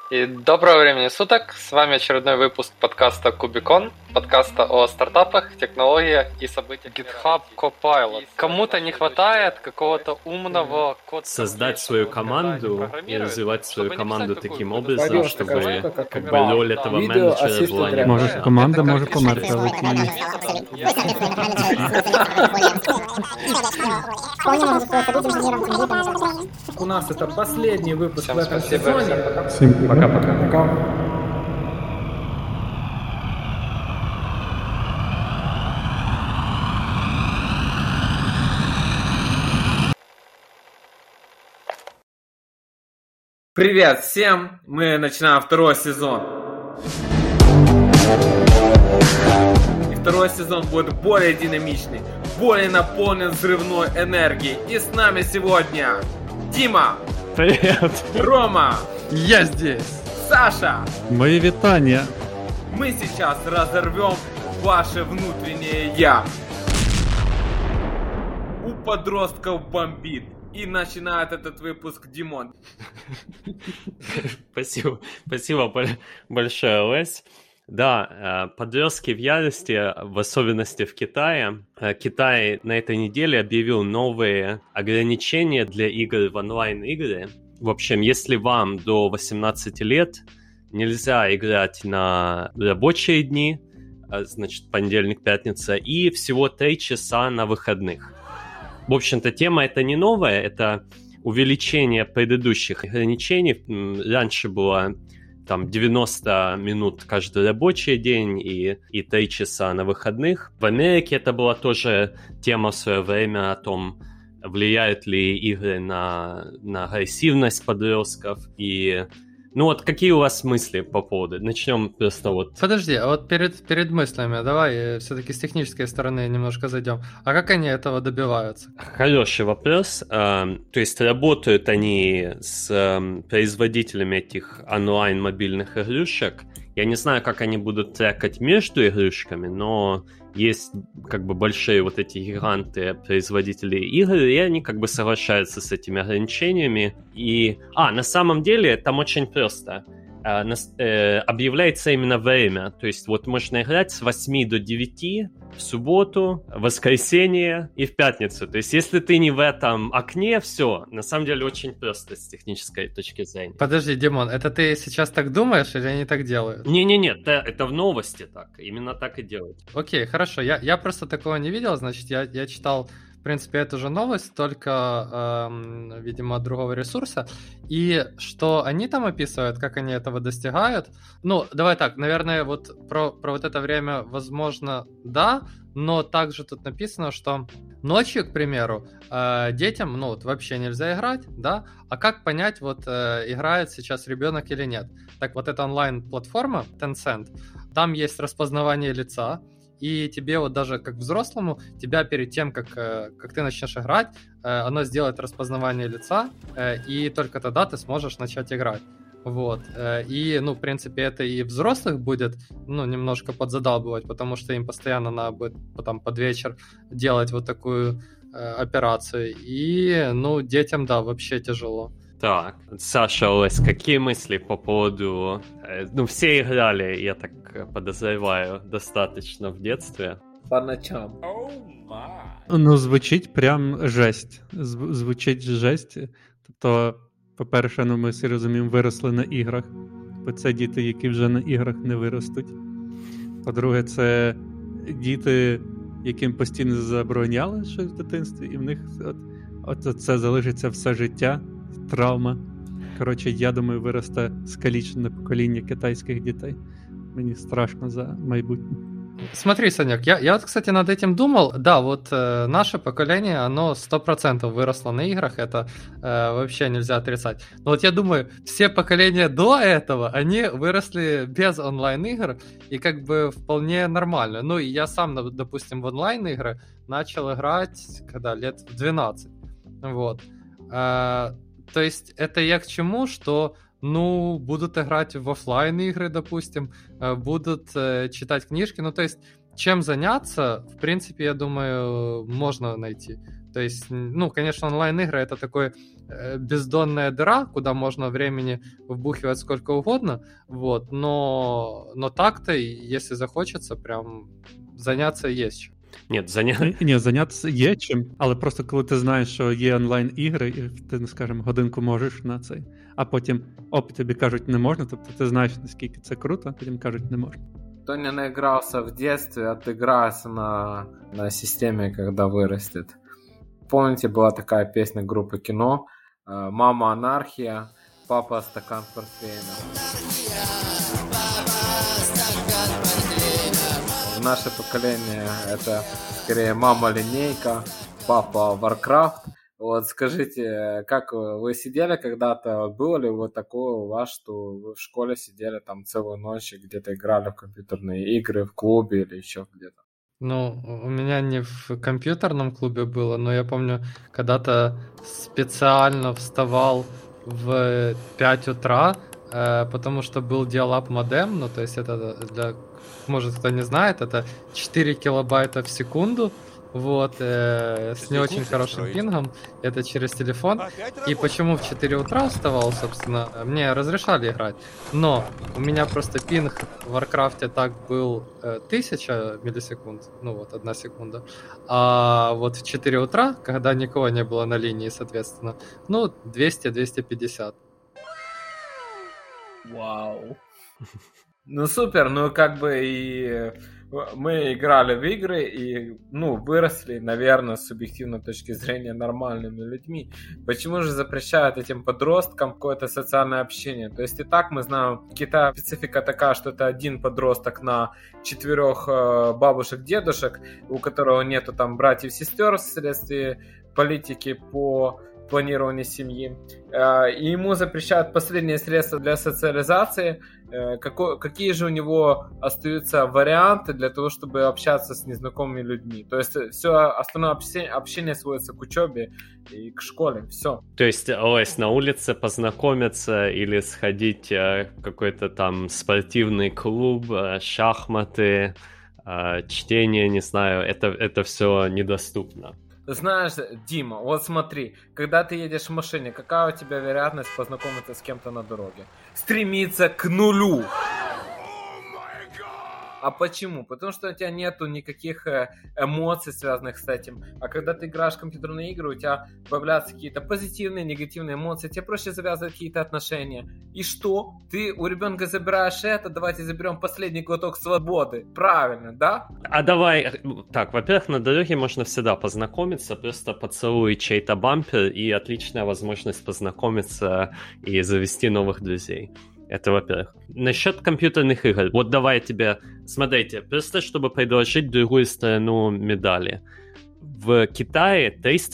И доброго времени суток, с вами очередной выпуск подкаста Кубикон, подкаста о стартапах, технологиях и событиях. GitHub Copilot. Кому-то не хватает какого-то умного кода. Создать свою команду и развивать свою команду таким образом, чтобы как бы роль этого менеджера была не Может, команда может померти, але ні. У нас это последний выпуск Всем в этом спасибо, сезоне. Всім Пока-пока. Привет всем! Мы начинаем второй сезон. И второй сезон будет более динамичный, более наполнен взрывной энергией. И с нами сегодня Дима, Привет! Рома, Я здесь! Саша. Мої вітання! Мы сейчас разорвем ваше внутреннее я. У подростков бомбит. И начинает этот выпуск Димон. Спасибо большое, Лесь. Да, подростки в ярости, в особенности в Китае. Китай на этой неделе объявил новые ограничения для игр в онлайн-игры. В общем, если вам до 18 лет нельзя играть на рабочие дни, значит, понедельник, пятница, и всего 3 часа на выходных. В общем-то, тема эта не новая, это увеличение предыдущих ограничений. Раньше было там 90 минут каждый рабочий день и 3 часа на выходных. В Америке это была тоже тема в свое время о том, влияют ли игры на агрессивность подростков. И ну вот какие у вас мысли по поводу? Начнем просто вот. Подожди, а вот перед мыслями давай все-таки с технической стороны немножко зайдем. А как они этого добиваются? Хороший вопрос. То есть работают они с производителями этих онлайн-мобильных игрушек. Я не знаю, как они будут трекать между игрушками, но есть как бы большие вот эти гиганты производители игр, и они как бы соглашаются с этими ограничениями. И на самом деле там очень просто. Объявляется именно время. То есть вот можно играть с 8 до 9 в субботу, в воскресенье и в пятницу. То есть если ты не в этом окне, все. На самом деле очень просто с технической точки зрения. Подожди, Димон, это ты сейчас так думаешь или они так делают? Не-не-не, это в новости так. Именно так и делают. Окей, хорошо. Я просто такого не видел, значит, я читал, в принципе, эту же новость, только, видимо, от другого ресурса. И что они там описывают, как они этого достигают. Ну, давай так, наверное, вот про вот это время, возможно, да, но также тут написано, что ночью, к примеру, детям, ну, вот вообще нельзя играть, да, а как понять, вот, играет сейчас ребенок или нет? Так вот, эта онлайн-платформа Tencent, там есть распознавание лица, и тебе вот даже как взрослому, тебя перед тем, как ты начнешь играть, оно сделает распознавание лица, и только тогда ты сможешь начать играть. Вот. И, ну, в принципе, это и взрослых будет, ну, немножко подзадалбывать, потому что им постоянно надо будет потом под вечер делать вот такую операцию. И, ну, детям, да, вообще тяжело. Так, Саша, Олесь, какие мысли по поводу... Ну, все играли, я так подозреваю, достаточно в детстве. По ночам. Ну, звучить прям жесть. Звучить жесть. Тобто, по-перше, ну ми всі розуміємо, виросли на іграх. Бо це діти, які вже на іграх не виростуть. По-друге, це діти, яким постійно забороняли щось в дитинстві, і в них от це залишиться все життя. Травма. Коротше, я думаю, виросте скалічене покоління китайських дітей. Мені страшно за майбутнє. Смотри, Санек, я вот, кстати, над этим думал. Да, вот наше поколение, оно 100% выросло на играх, это вообще нельзя отрицать. Но вот я думаю, все поколения до этого, они выросли без онлайн-игр, и как бы вполне нормально. Ну, и я сам, допустим, в онлайн-игры начал играть, когда лет в 12. Вот. То есть это я к чему, что, ну, будут играть в офлайн игры, допустим, будут читать книжки, ну, то есть чем заняться, в принципе, я думаю, можно найти. То есть, ну, конечно, онлайн-игры — это такой бездонная дыра, куда можно времени вбухивать сколько угодно, вот, но так-то, если захочется, прям заняться есть чем. Ні, зайнятися є чим, але просто коли ти знаєш, що є онлайн-ігри, і ти, скажімо, годинку можеш на цей, а потім, тобі кажуть, не можна, тобто ти знаєш, наскільки це круто, потім кажуть, не можна. Кто не наигрался в детстве, отыграется на системе, когда вырастет. Помните, была такая песня группы Кино «Мама анархия, папа стакан портвейна». В наше поколение это скорее мама линейка, папа Warcraft. Вот скажите, как вы сидели когда-то, было ли вот такое у вас, что вы в школе сидели там целую ночь и где-то играли в компьютерные игры в клубе или еще где-то? Ну, у меня не в компьютерном клубе было, но я помню, когда-то специально вставал в 5 утра, потому что был диалап модем, ну, то есть это для, может, кто не знает, это 4 килобайта в секунду, вот, с не очень хорошим пингом, это через телефон. И почему в 4 утра вставал, собственно, мне разрешали играть, но у меня просто пинг в Warcraft так был 1000 миллисекунд, ну вот, 1 секунда, а вот в 4 утра, когда никого не было на линии, соответственно, ну, 200-250. Вау. Ну супер, ну как бы и мы играли в игры и, ну, выросли, наверное, с субъективной точки зрения нормальными людьми. Почему же запрещают этим подросткам какое-то социальное общение? То есть и так мы знаем, в Китае специфика такая, что это один подросток на 4 бабушек, дедушек, у которого нету там братьев-сестер вследствие политики по планированию семьи. И ему запрещают последние средства для социализации. Какие же у него остаются варианты для того, чтобы общаться с незнакомыми людьми? То есть все остальное общение сводится к учебе и к школе. Все. То есть, Олесь, на улице познакомиться или сходить в какой-то там спортивный клуб, шахматы, чтение, не знаю, это все недоступно. Знаешь, Дима, вот смотри, когда ты едешь в машине, какая у тебя вероятность познакомиться с кем-то на дороге? Стремиться к нулю. А почему? Потому что у тебя нету никаких эмоций, связанных с этим. А когда ты играешь в компьютерные игры, у тебя появляются какие-то позитивные, негативные эмоции, тебе проще завязывать какие-то отношения. И что? Ты у ребенка забираешь это, давайте заберем последний глоток свободы. Правильно, да? А давай, так, во-первых, на дороге можно всегда познакомиться, просто поцелуй чей-то бампер, и отличная возможность познакомиться и завести новых друзей. Это во-первых. Насчет компьютерных игр. Вот давай я тебе... Смотрите, просто чтобы предложить другую сторону медали. В Китае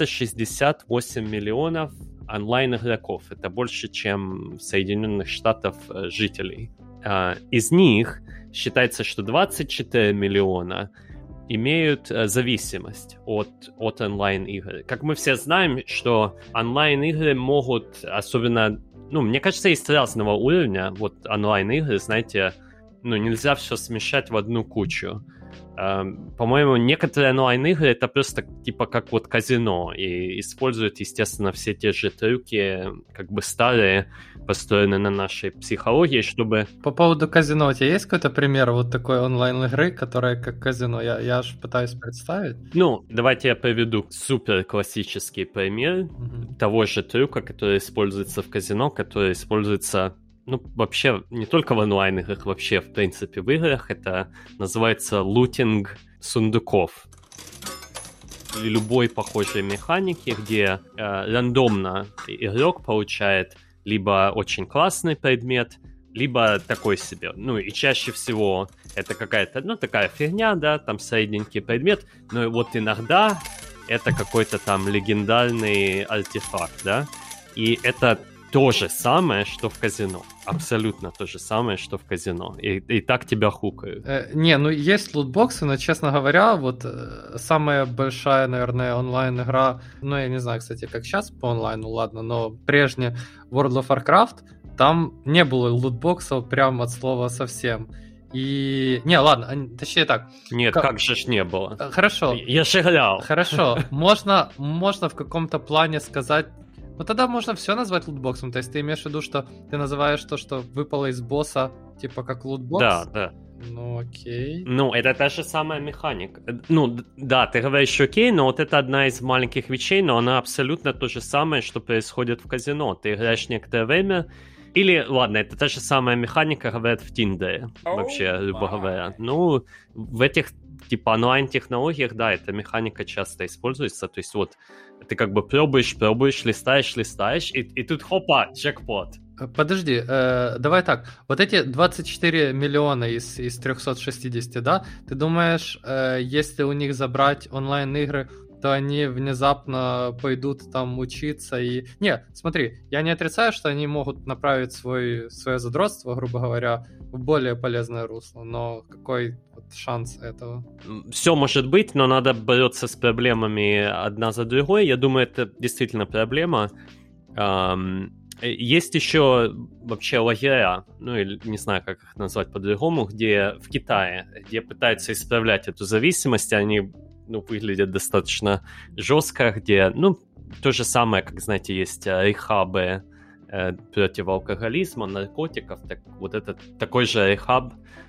368 миллионов онлайн-игроков. Это больше, чем в Соединенных Штатах жителей. Из них считается, что 24 миллиона имеют зависимость от онлайн-игр. Как мы все знаем, что онлайн-игры могут, особенно... Ну, мне кажется, есть разного уровня. Вот онлайн-игры, знаете, ну, нельзя все смешать в одну кучу. По-моему, некоторые онлайн-игры это просто типа как вот казино. И используют, естественно, все те же трюки, как бы старые, построенные на нашей психологии, чтобы... По поводу казино, у тебя есть какой-то пример вот такой онлайн-игры, которая как казино? Я аж пытаюсь представить. Ну, давайте я приведу супер классический пример того же трюка, который используется в казино, который используется... Ну, вообще, не только в онлайн-играх, вообще, в принципе, в играх. Это называется лутинг сундуков. Или любой похожей механики, где рандомно игрок получает либо очень классный предмет, либо такой себе. Ну, и чаще всего это какая-то, ну, такая фигня, да, там средненький предмет. Но вот иногда это какой-то там легендарный артефакт, да. И это то же самое, что в казино. Абсолютно то же самое, что в казино. И так тебя хукают. Не, ну есть лутбоксы, но, честно говоря, вот самая большая, наверное, онлайн-игра, ну, я не знаю, кстати, как сейчас по онлайну, ладно, но прежняя World of Warcraft, там не было лутбоксов прям от слова совсем. И... Не, ладно, точнее так. Нет, как же ж не было. Хорошо. Я же играл. Хорошо. Можно в каком-то плане сказать... Ну тогда можно все назвать лутбоксом. То есть ты имеешь в виду, что ты называешь то, что выпало из босса, типа как лутбокс? Да. Ну окей. Ну, это та же самая механика. Ну, да, ты говоришь окей, но вот это одна из маленьких вещей, но она абсолютно то же самое, что происходит в казино. Ты играешь некоторое время, или, ладно, это та же самая механика, говорят, в Тиндере, вообще, грубо говоря. Ну, в этих, типа, онлайн-технологиях, да, эта механика часто используется, то есть вот ты как бы пробуешь, листаешь, и тут хопа, джекпот. Подожди, давай так. Вот эти 24 миллиона из 360, да? Ты думаешь, если у них забрать онлайн-игры, то они внезапно пойдут там учиться и... Не, смотри, я не отрицаю, что они могут направить свое задротство, грубо говоря, в более полезное русло, но какой вот шанс этого? Все может быть, но надо бороться с проблемами одна за другой. Я думаю, это действительно проблема. Есть еще вообще лагеря, ну или не знаю, как их назвать по-другому, где в Китае, где пытаются исправлять эту зависимость, они выглядят достаточно жестко, где, то же самое, как, знаете, есть рехабы против алкоголизма, наркотиков, так вот это такой же рехаб,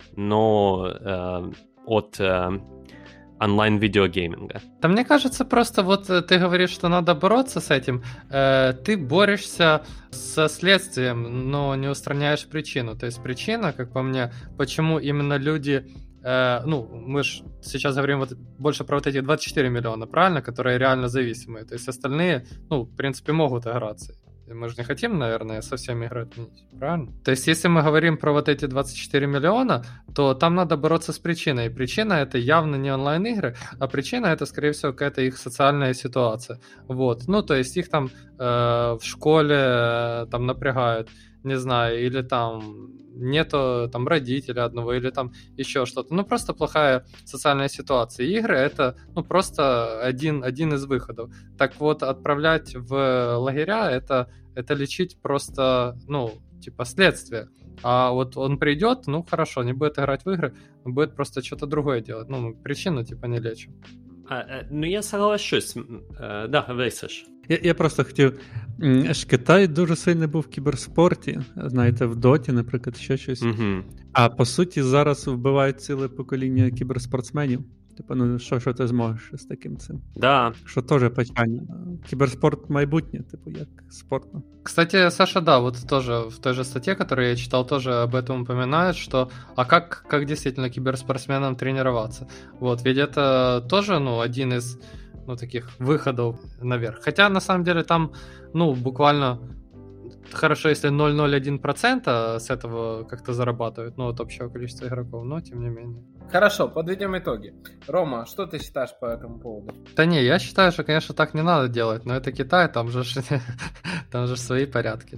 но от онлайн-видеогейминга. Да мне кажется, просто вот ты говоришь, что надо бороться с этим, ты борешься со следствием, но не устраняешь причину. То есть причина, как по мне, почему именно люди... мы же сейчас говорим больше про вот эти 24 миллиона, правильно, которые реально зависимые. То есть остальные, в принципе, могут играться. Мы же не хотим, наверное, со всеми игры отменить, правильно? То есть, если мы говорим про вот эти 24 миллиона, то там надо бороться с причиной. И причина — это явно не онлайн-игры, а причина — это, скорее всего, какая-то их социальная ситуация. Вот. То есть, их там в школе там напрягают, не знаю, или там нету там родителя одного, или там еще что-то. Просто плохая социальная ситуация. И игры — это, просто один из выходов. Так вот, отправлять в лагеря — это лечить просто, следствие. А вот он придет, хорошо, не будет играть в игры, но будет просто что-то другое делать. Причину, не лечим. Я соглашусь. Да, говори, Саш. Я просто хотів. Китай дуже сильний був в кіберспорті, знаєте, в Доті, наприклад, ще щось. Угу. А по суті, зараз вбивають ціле покоління кіберспортсменів. Що ти зможеш з таким цим? Да. Що теж печально. Кіберспорт майбутнє, як спорт. Кстати, Саша, да, вот тоже в той же статье, которую я читал, тоже об этом упоминают, что как действительно киберспортсменам тренироваться? Вот, ведь это тоже, один из таких выходов наверх. Хотя, на самом деле, там, буквально хорошо, если 0,01% с этого как-то зарабатывают, от общего количества игроков, но тем не менее. Хорошо, подведем итоги. Рома, что ты считаешь по этому поводу? Да не, я считаю, что, конечно, так не надо делать, но это Китай, там же свои порядки.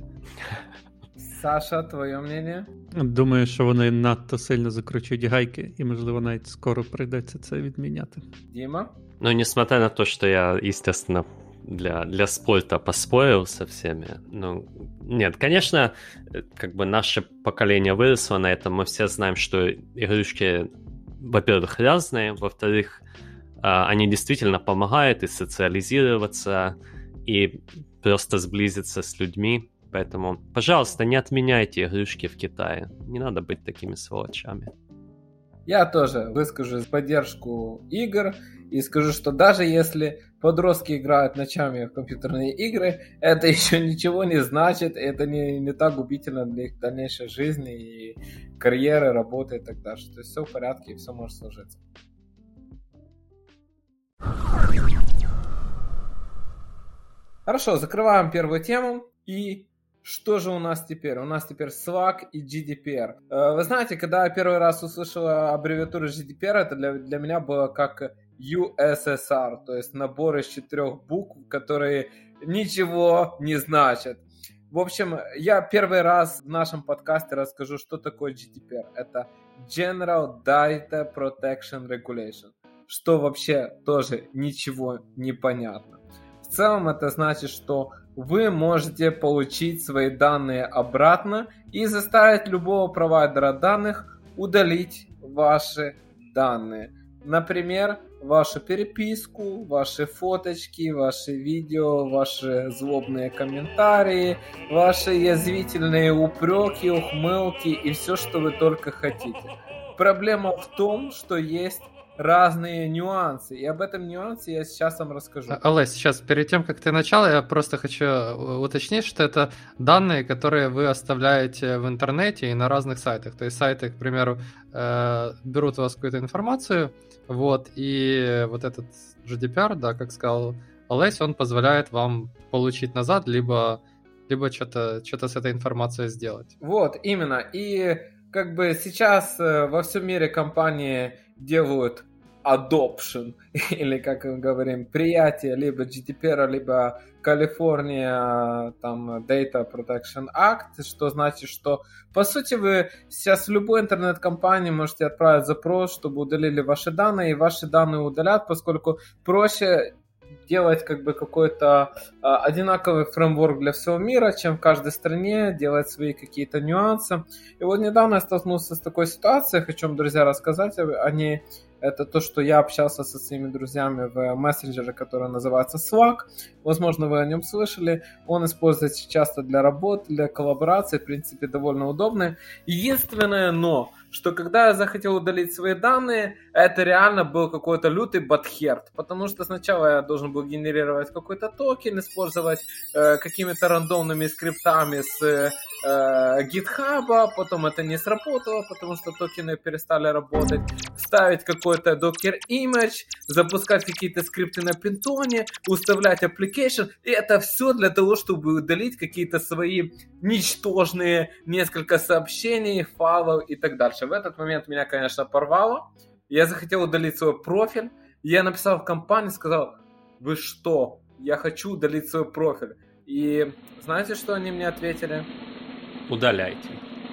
Саша, твоє мнение? Думаю, що вони надто сильно закручують гайки, і, можливо, навіть скоро прийдеться це відміняти. Дима? Несмотря на то, что я, естественно, для спорта поспорил со всеми, нет, конечно, наше поколение выросло на этом, мы все знаем, что игрушки, во-первых, разные, во-вторых, они действительно помогают и социализироваться, и просто сблизиться с людьми. Поэтому, пожалуйста, не отменяйте игрушки в Китае. Не надо быть такими сволочами. Я тоже выскажу поддержку игр и скажу, что даже если подростки играют ночами в компьютерные игры, это еще ничего не значит, это не так губительно для их дальнейшей жизни и карьеры, работы и так дальше. То есть все в порядке и все может сложиться. Хорошо, закрываем первую тему. И что же у нас теперь? У нас теперь SWAG и GDPR. Вы знаете, когда я первый раз услышал аббревиатуру GDPR, это для меня было как USSR, то есть набор из 4 букв, которые ничего не значат. В общем, я первый раз в нашем подкасте расскажу, что такое GDPR. Это General Data Protection Regulation, что вообще тоже ничего не понятно. В целом это значит, что вы можете получить свои данные обратно и заставить любого провайдера данных удалить ваши данные. Например, вашу переписку, ваши фоточки, ваши видео, ваши злобные комментарии, ваши язвительные упреки, ухмылки и все, что вы только хотите. Проблема в том, что есть разные нюансы, и об этом нюансе я сейчас вам расскажу. Олесь, сейчас, перед тем, как ты начал, я просто хочу уточнить, что это данные, которые вы оставляете в интернете и на разных сайтах. То есть сайты, к примеру, берут у вас какую-то информацию, вот, и вот этот GDPR, да, как сказал Олесь, он позволяет вам получить назад, либо что-то с этой информацией сделать. Вот, именно. И как бы сейчас во всем мире компании делают adoption, или, как мы говорим, приятие либо GDPR, либо California там, Data Protection Act, что значит, что по сути вы сейчас в любой интернет-компании можете отправить запрос, чтобы удалили ваши данные, и ваши данные удалят, поскольку проще делать как бы какой-то одинаковый фреймворк для всего мира, чем в каждой стране, делать свои какие-то нюансы. И вот недавно я столкнулся с такой ситуацией, хочу вам, друзья, рассказать о ней. Это то, что я общался со своими друзьями в мессенджере, который называется Slack. Возможно, вы о нем слышали. Он используется часто для работы, для коллаборации. В принципе, довольно удобный. Единственное но, что когда я захотел удалить свои данные, это реально был какой-то лютый бадхерт. Потому что сначала я должен был генерировать какой-то токен, использовать какими-то рандомными скриптами с GitHub, потом это не сработало, потому что токены перестали работать, ставить какой-то Docker image, запускать какие-то скрипты на Python, уставлять application, и это все для того, чтобы удалить какие-то свои ничтожные несколько сообщений, файлов и так дальше. В этот момент меня, конечно, порвало, я захотел удалить свой профиль, я написал в компании, сказал: вы что, я хочу удалить свой профиль. И знаете, что они мне ответили? Удаляйте.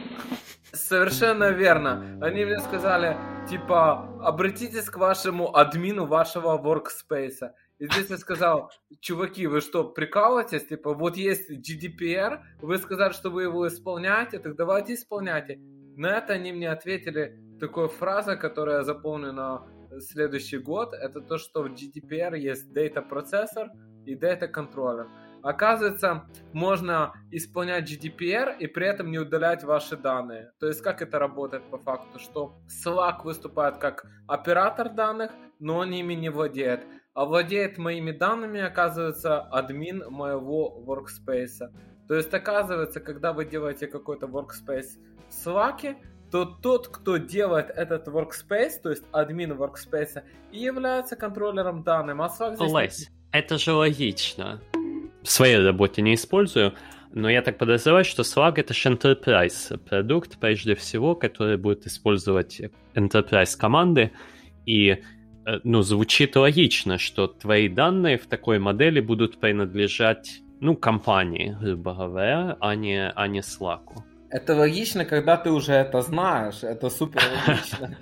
Совершенно верно. Они мне сказали, типа, обратитесь к вашему админу вашего workspace. И здесь я сказал: чуваки, вы что, прикалываетесь? Типа, вот есть GDPR, вы сказали, что вы его исполняете, так давайте исполняйте. На это они мне ответили такой фразой, которую я запомню на следующий год. Это то, что в GDPR есть Data Processor и Data Controller. Оказывается, можно исполнять GDPR и при этом не удалять ваши данные. То есть как это работает по факту? Что Slack выступает как оператор данных, но он ими не владеет. А владеет моими данными, оказывается, админ моего workspace. То есть оказывается, когда вы делаете какой-то workspace в Slack, то тот, кто делает этот workspace, то есть админ workspace, и является контроллером данных. А Slack здесь... Лесь, это же логично. В своей работе не использую, но я так подозреваю, что Slack — это же Enterprise продукт, прежде всего, который будет использовать Enterprise команды, и звучит логично, что твои данные в такой модели будут принадлежать, компании, грубо говоря, а не Slack. Это логично, когда ты уже это знаешь. Это супер логично.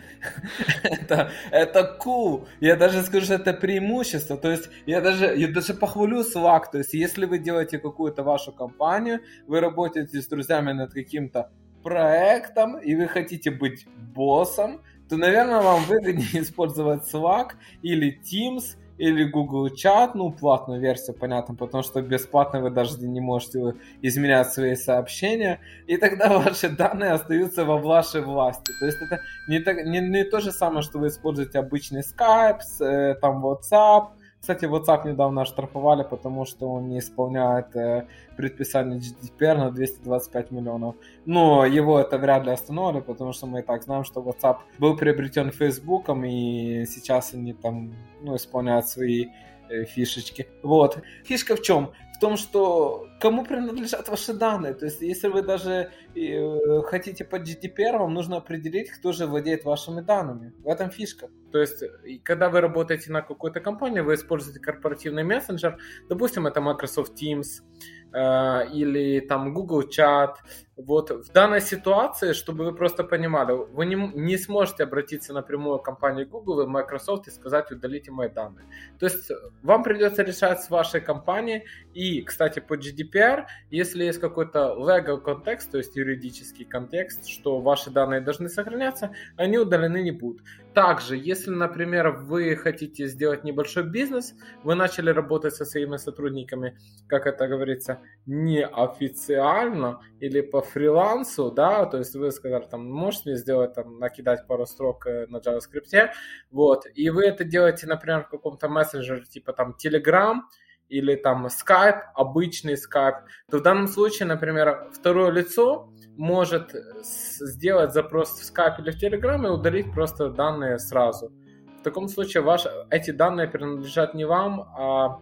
Это cool. Я даже скажу, что это преимущество. То есть я даже похвалю Slack. То есть если вы делаете какую-то вашу компанию, вы работаете с друзьями над каким-то проектом, и вы хотите быть боссом, то, наверное, вам выгоднее использовать Slack или Teams, или Google Chat, платную версию, понятно, потому что бесплатно вы даже не можете изменять свои сообщения, и тогда ваши данные остаются во вашей власти. То есть это не то же самое, что вы используете обычный Skype, там WhatsApp. Кстати, WhatsApp недавно оштрафовали, потому что он не исполняет предписание GDPR на 225 миллионов. Но его это вряд ли остановили, потому что мы и так знаем, что WhatsApp был приобретен Фейсбуком, и сейчас они там исполняют свои фишечки. Вот. Фишка в чем? В том, что кому принадлежат ваши данные. То есть, если вы даже хотите по GDPR, вам нужно определить, кто же владеет вашими данными. В этом фишка. То есть, когда вы работаете на какой-то компании, вы используете корпоративный мессенджер, допустим, это Microsoft Teams, или там Google чат. Вот в данной ситуации, чтобы вы просто понимали, вы не сможете обратиться напрямую к компании Google и Microsoft и сказать: удалите мои данные. То есть вам придется решать с вашей компанией. И, кстати, по GDPR, если есть какой-то legal контекст, то есть юридический контекст, что ваши данные должны сохраняться, они удалены не будут. Также, если, например, вы хотите сделать небольшой бизнес, вы начали работать со своими сотрудниками, как это говорится, неофициально или по фрилансу, да, то есть вы сказали, там, можете мне сделать, там, накидать пару строк на JavaScript, вот, и вы это делаете, например, в каком-то мессенджере, типа, там, Telegram, или там Skype, обычный Skype, то в данном случае, например, второе лицо может сделать запрос в Skype или в Telegram и удалить просто данные сразу. В таком случае эти данные принадлежат не вам, а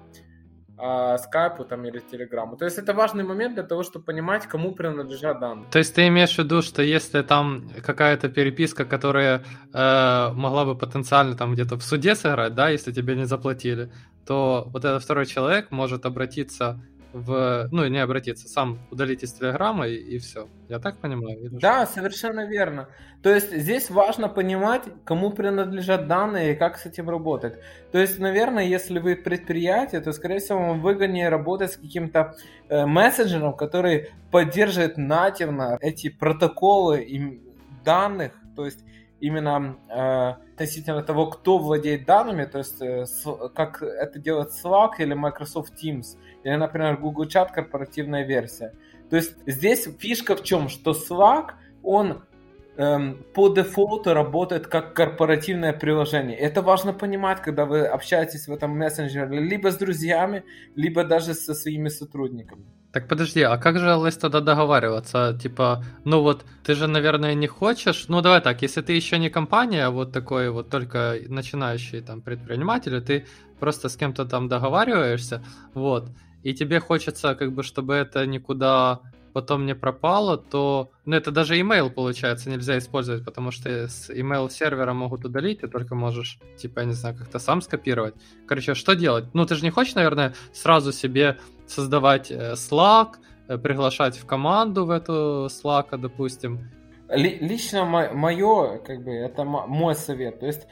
Skype там, или Telegram. То есть это важный момент для того, чтобы понимать, кому принадлежат данные. То есть ты имеешь в виду, что если там какая-то переписка, которая могла бы потенциально там где-то в суде сыграть, да, если тебе не заплатили, то вот этот второй человек может обратиться не обратиться, сам удалить из Телеграма и все. Я так понимаю? Да, совершенно верно. То есть здесь важно понимать, кому принадлежат данные и как с этим работать. То есть, наверное, если вы предприятие, то, скорее всего, вам выгоднее работать с каким-то мессенджером, который поддерживает нативно эти протоколы данных, то есть именно относительно того, кто владеет данными, то есть как это делает Slack или Microsoft Teams, или, например, Google Chat корпоративная версия. То есть здесь фишка в чем? Что Slack, он по дефолту работает как корпоративное приложение. Это важно понимать, когда вы общаетесь в этом мессенджере либо с друзьями, либо даже со своими сотрудниками. Так подожди, а как же, Олесь, тогда договариваться? Типа, ты же, наверное, не хочешь... давай так, если ты еще не компания, а вот такой вот только начинающий там предприниматель, ты просто с кем-то там договариваешься, вот, и тебе хочется, как бы, чтобы это никуда потом не пропало, то... это даже email, получается, нельзя использовать, потому что с email-сервера могут удалить, ты только можешь, типа, я не знаю, как-то сам скопировать. Короче, что делать? Ты же не хочешь, наверное, сразу себе создавать Slack, приглашать в команду в эту Slack, допустим. Лично мое, как бы, это мой совет. То есть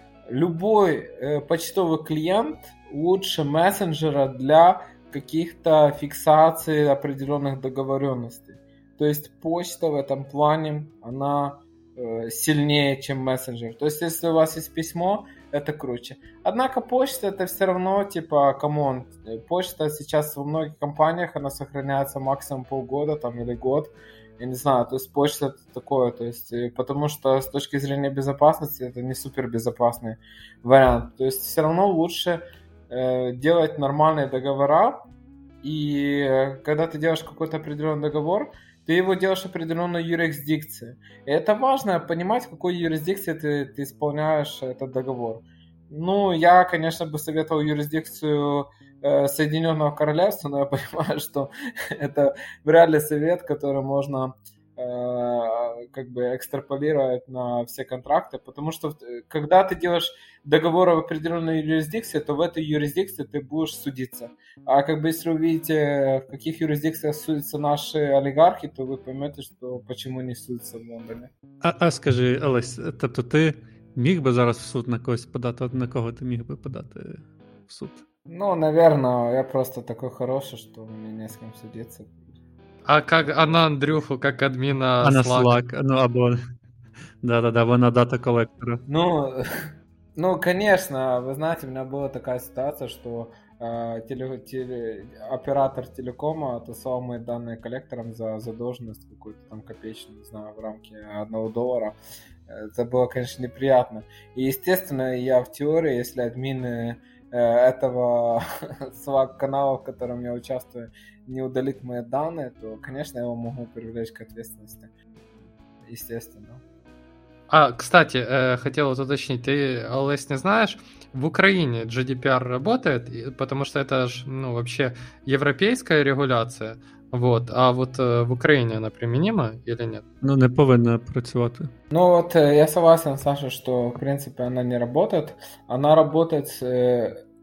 любой почтовый клиент лучше мессенджера для каких-то фиксаций определенных договоренностей. То есть почта в этом плане, она сильнее, чем мессенджер. То есть если у вас есть письмо, это круче. Однако почта это все равно, типа, камон, почта сейчас во многих компаниях, она сохраняется максимум полгода там, или год. Я не знаю, то есть почта это такое, то есть, потому что с точки зрения безопасности это не супер безопасный вариант. То есть все равно лучше делать нормальные договора, и когда ты делаешь какой-то определенный договор, ты его делаешь в определенной юрисдикции. И это важно понимать, в какой юрисдикции ты исполняешь этот договор. Я, конечно, бы советовал юрисдикцию Соединенного Королевства, но я понимаю, что это вряд ли совет, который можно как бы экстраполировать на все контракты, потому что когда ты делаешь договор в определенной юрисдикции, то в этой юрисдикции ты будешь судиться. А как бы если вы видите, в каких юрисдикциях судятся наши олигархи, то ви поймете, що почему не судяться в Лондоні. А скажи, Олесь, тобто ти міг би зараз в суд на когось подати? От на кого ти міг би подати в суд? Наверное, я просто такой хороший, что мне не с кем судиться. А на Андрюху, как админа А на Slack? або... Да-да-да, вона дата коллектора. Конечно, вы знаете, у меня была такая ситуация, что оператор телекома отослал мои данные коллекторам за задолженность какую-то там копеечную, не знаю, в рамке $1. Это было, конечно, неприятно. И, естественно, я в теории, если админы этого Slack-канала, в котором я участвую, не удалит мои данные, то, конечно, я его могу привлечь к ответственности. Естественно. Кстати, хотел уточнить, ты, Олесь, не знаешь, в Украине GDPR работает, потому что это же, вообще европейская регуляция, вот, а вот в Украине она применима или нет? Не повинна працювати. Я согласен, Саша, что, в принципе, она не работает. Она работает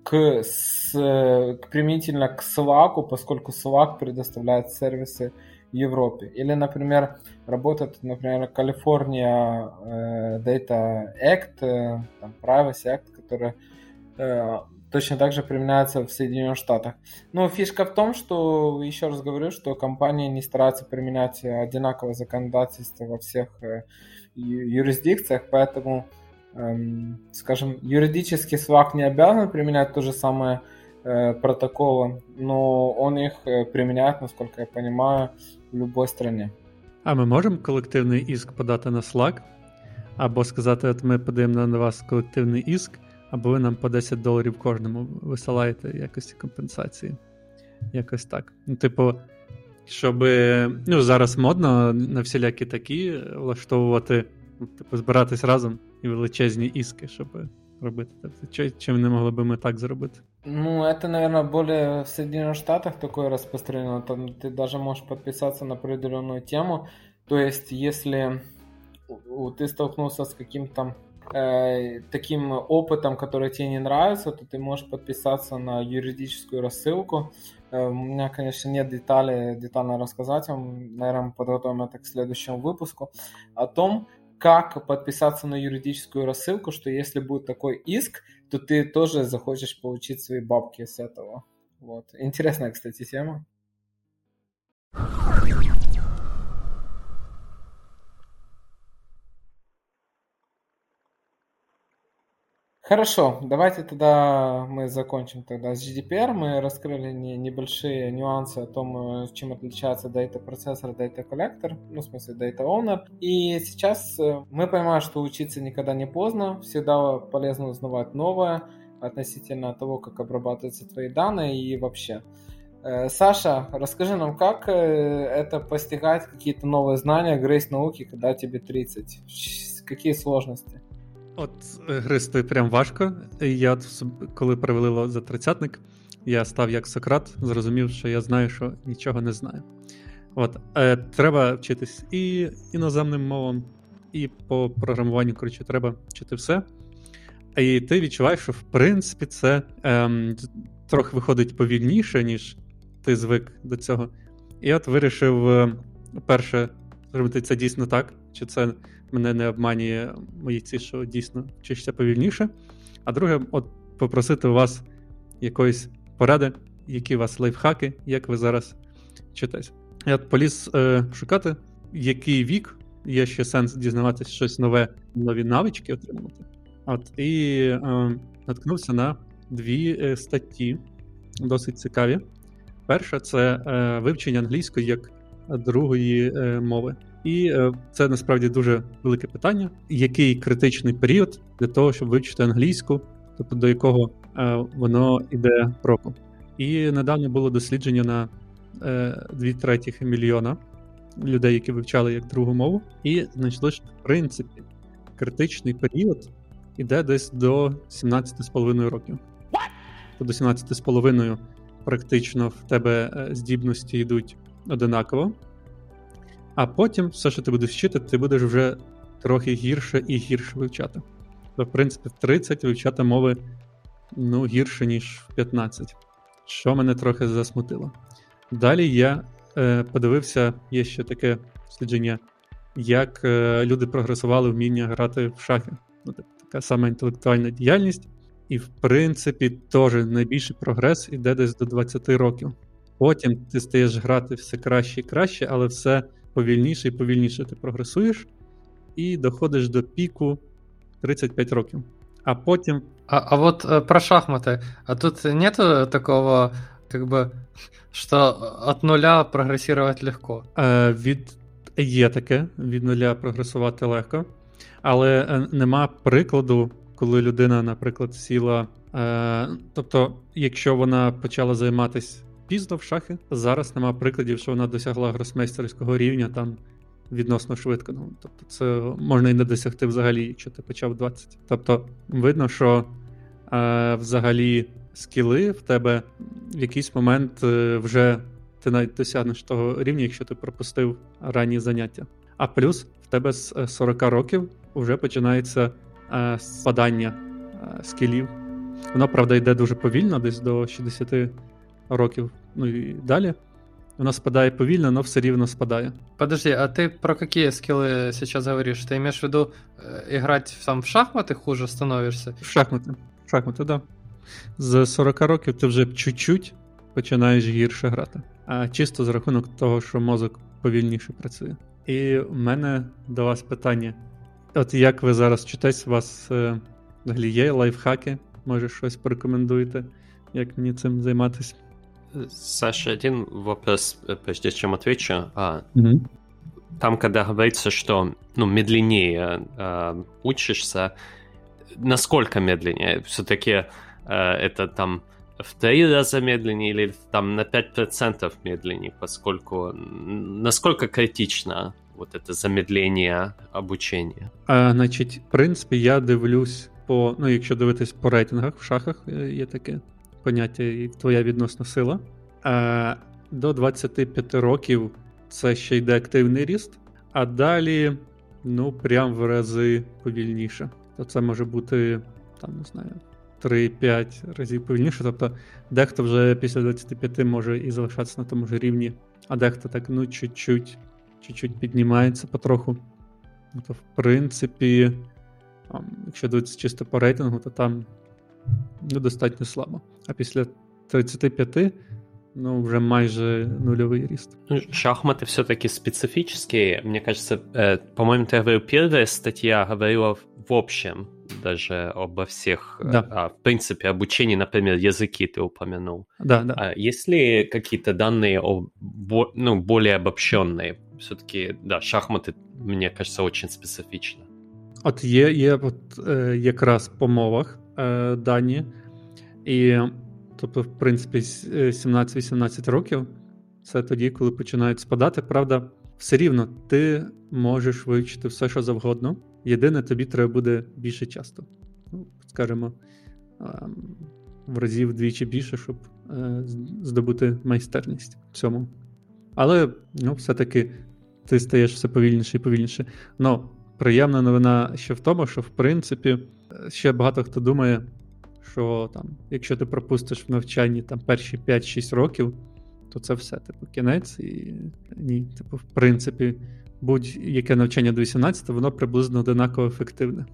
применительно к Slack, поскольку Slack предоставляет сервисы в Европе. Или, например, работает, например, California Data Act, там, Privacy Act, который точно так же применяется в Соединенных Штатах. Но фишка в том, что, еще раз говорю, что компании не стараются применять одинаковое законодательство во всех юрисдикциях, поэтому, скажем, юридически Slack не обязан применять то же самое протоколы, но он их применяет, насколько я понимаю, в любой стране. А ми можемо колективний іск подати на Slack? Або сказати, от ми подаємо на вас колективний іск, або ви нам по $10 кожному висилаєте в якості компенсації. Якось так. Ну, типу, щоб, ну, зараз модно на всілякі такі влаштовувати, типу, збиратись разом і величезні іски, щоб робити. Тобто, чим не могли би ми так зробити? Ну, это, наверное, более в Соединенных Штатах такое распространено. Там ты даже можешь подписаться на определенную тему. То есть, если ты столкнулся с каким-то таким опытом, который тебе не нравится, то ты можешь подписаться на юридическую рассылку. У меня, конечно, нет детально рассказать вам. Наверное, подготовим это к следующему выпуску. О том, как подписаться на юридическую рассылку, что если будет такой иск, то ты тоже захочешь получить свои бабки с этого. Вот. Интересная, кстати, тема. Хорошо, давайте тогда мы закончим тогда с GDPR. Мы раскрыли небольшие нюансы о том, чем отличается Data Processor, Data Collector, ну, в смысле Data Owner. И сейчас мы понимаем, что учиться никогда не поздно, всегда полезно узнавать новое относительно того, как обрабатываются твои данные и вообще. Саша, расскажи нам, как это постигать какие-то новые знания, грейс науки, когда тебе 30? Какие сложности? От гристи прям важко. Я, коли перевалило за 30-ник, я став як Сократ, зрозумів, що я знаю, що нічого не знаю. От, треба вчитись і іноземним мовам, і по програмуванню, коротше, треба вчити все. І ти відчуваєш, що в принципі це трохи виходить повільніше, ніж ти звик до цього. І от вирішив перше зробити це дійсно так, чи це мене не обманює мої ці, що дійсно вчишся повільніше. А друге, от попросити у вас якоїсь поради, які у вас лайфхаки, як ви зараз вчитесь. Я от поліз шукати, який вік є ще сенс дізнаватися щось нове, нові навички отримувати. От, і наткнувся на 2 статті, досить цікаві. Перша – це вивчення англійської як другої мови. І це насправді дуже велике питання. Який критичний період для того, щоб вивчити англійську, тобто до якого воно йде року. І недавно було дослідження на 2/3 мільйона людей, які вивчали як другу мову. І знайшли, що в принципі критичний період іде десь до 17,5 років. То до 17,5 практично в тебе здібності йдуть одинаково. А потім все, що ти будеш вчити, ти будеш вже трохи гірше і гірше вивчати. То, в принципі, в 30 вивчати мови, ну, гірше, ніж в 15. Що мене трохи засмутило. Далі я подивився, є ще таке дослідження, як люди прогресували вміння грати в шахи. Ну, така сама інтелектуальна діяльність. І, в принципі, теж найбільший прогрес іде десь до 20 років. Потім ти стаєш грати все краще і краще, але все повільніше і повільніше ти прогресуєш і доходиш до піку 35 років. А потім... А вот про шахматы. А тут нету такого, как бы, что от нуля прогрессировать легко? Є таке, від нуля прогресувати легко, але нема прикладу, коли людина, наприклад, сіла... Тобто, якщо вона почала займатися пізно в шахи, зараз нема прикладів, що вона досягла гросмейстерського рівня там відносно швидко. Ну, тобто це можна і не досягти взагалі, якщо ти почав 20. Тобто видно, що взагалі скіли в тебе в якийсь момент вже ти навіть досягнеш того рівня, якщо ти пропустив ранні заняття. А плюс в тебе з 40 років вже починається спадання скілів. Воно, правда, йде дуже повільно, десь до 60 років, ну і далі. Воно спадає повільно, але все рівно спадає. Подожди, а ты про какие скиллы сейчас говоришь? Ты имеешь в виду играть там в шахматы хуже становишься? В шахмати, да. З 40 років ти вже чуть-чуть починаєш гірше грати. А чисто за рахунок того, що мозок повільніше працює. І в мене до вас питання. От як ви зараз вчитесь, у вас взагалі є лайфхаки? Може, щось порекомендуєте, як мені цим займатися? Саша, один вопрос, прежде чем отвечу. Угу. Там, когда говорится, что медленнее учишься, насколько медленнее? Все-таки это там в 3 раза медленнее или там на 5% медленнее, поскольку насколько критично вот это замедление обучения? Значить, в принципі, я дивлюсь по, якщо дивитись по рейтингах в шахах, є таке поняття і твоя відносна сила. До 25 років це ще йде активний ріст, а далі, прям в рази повільніше. То це може бути, там, не знаю, 3-5 разів повільніше. Тобто дехто вже після 25 може і залишатися на тому ж рівні, а дехто так, чуть-чуть піднімається потроху. То, в принципі, якщо дивитися чисто по рейтингу, то там достатньо слабо. А після 35 вже майже нульовий ріст. Шахматы все-таки специфические. Мне кажется, по-моему, ты говорил, первая статья говорила в общем даже обо всех, да. В принципе, обучении, например, языки ты упомянул. Да. А есть ли какие-то данные более обобщенные? Все-таки, да, шахматы, мне кажется, очень специфично. От є якраз по мовах дані, і тобто, в принципі, 17-18 років це тоді, коли починають спадати. Правда, все рівно ти можеш вивчити все, що завгодно. Єдине, тобі треба буде більше часто. Скажімо, в разів вдвічі більше, щоб здобути майстерність в цьому. Але, все-таки ти стаєш все повільніше і повільніше. Приємна новина ще в тому, що, в принципі, ще багато хто думає, що там, якщо ти пропустиш в навчанні там перші 5-6 років, то це все, кінець. І ні, в принципі, будь-яке навчання до 18, воно приблизно одинаково ефективне.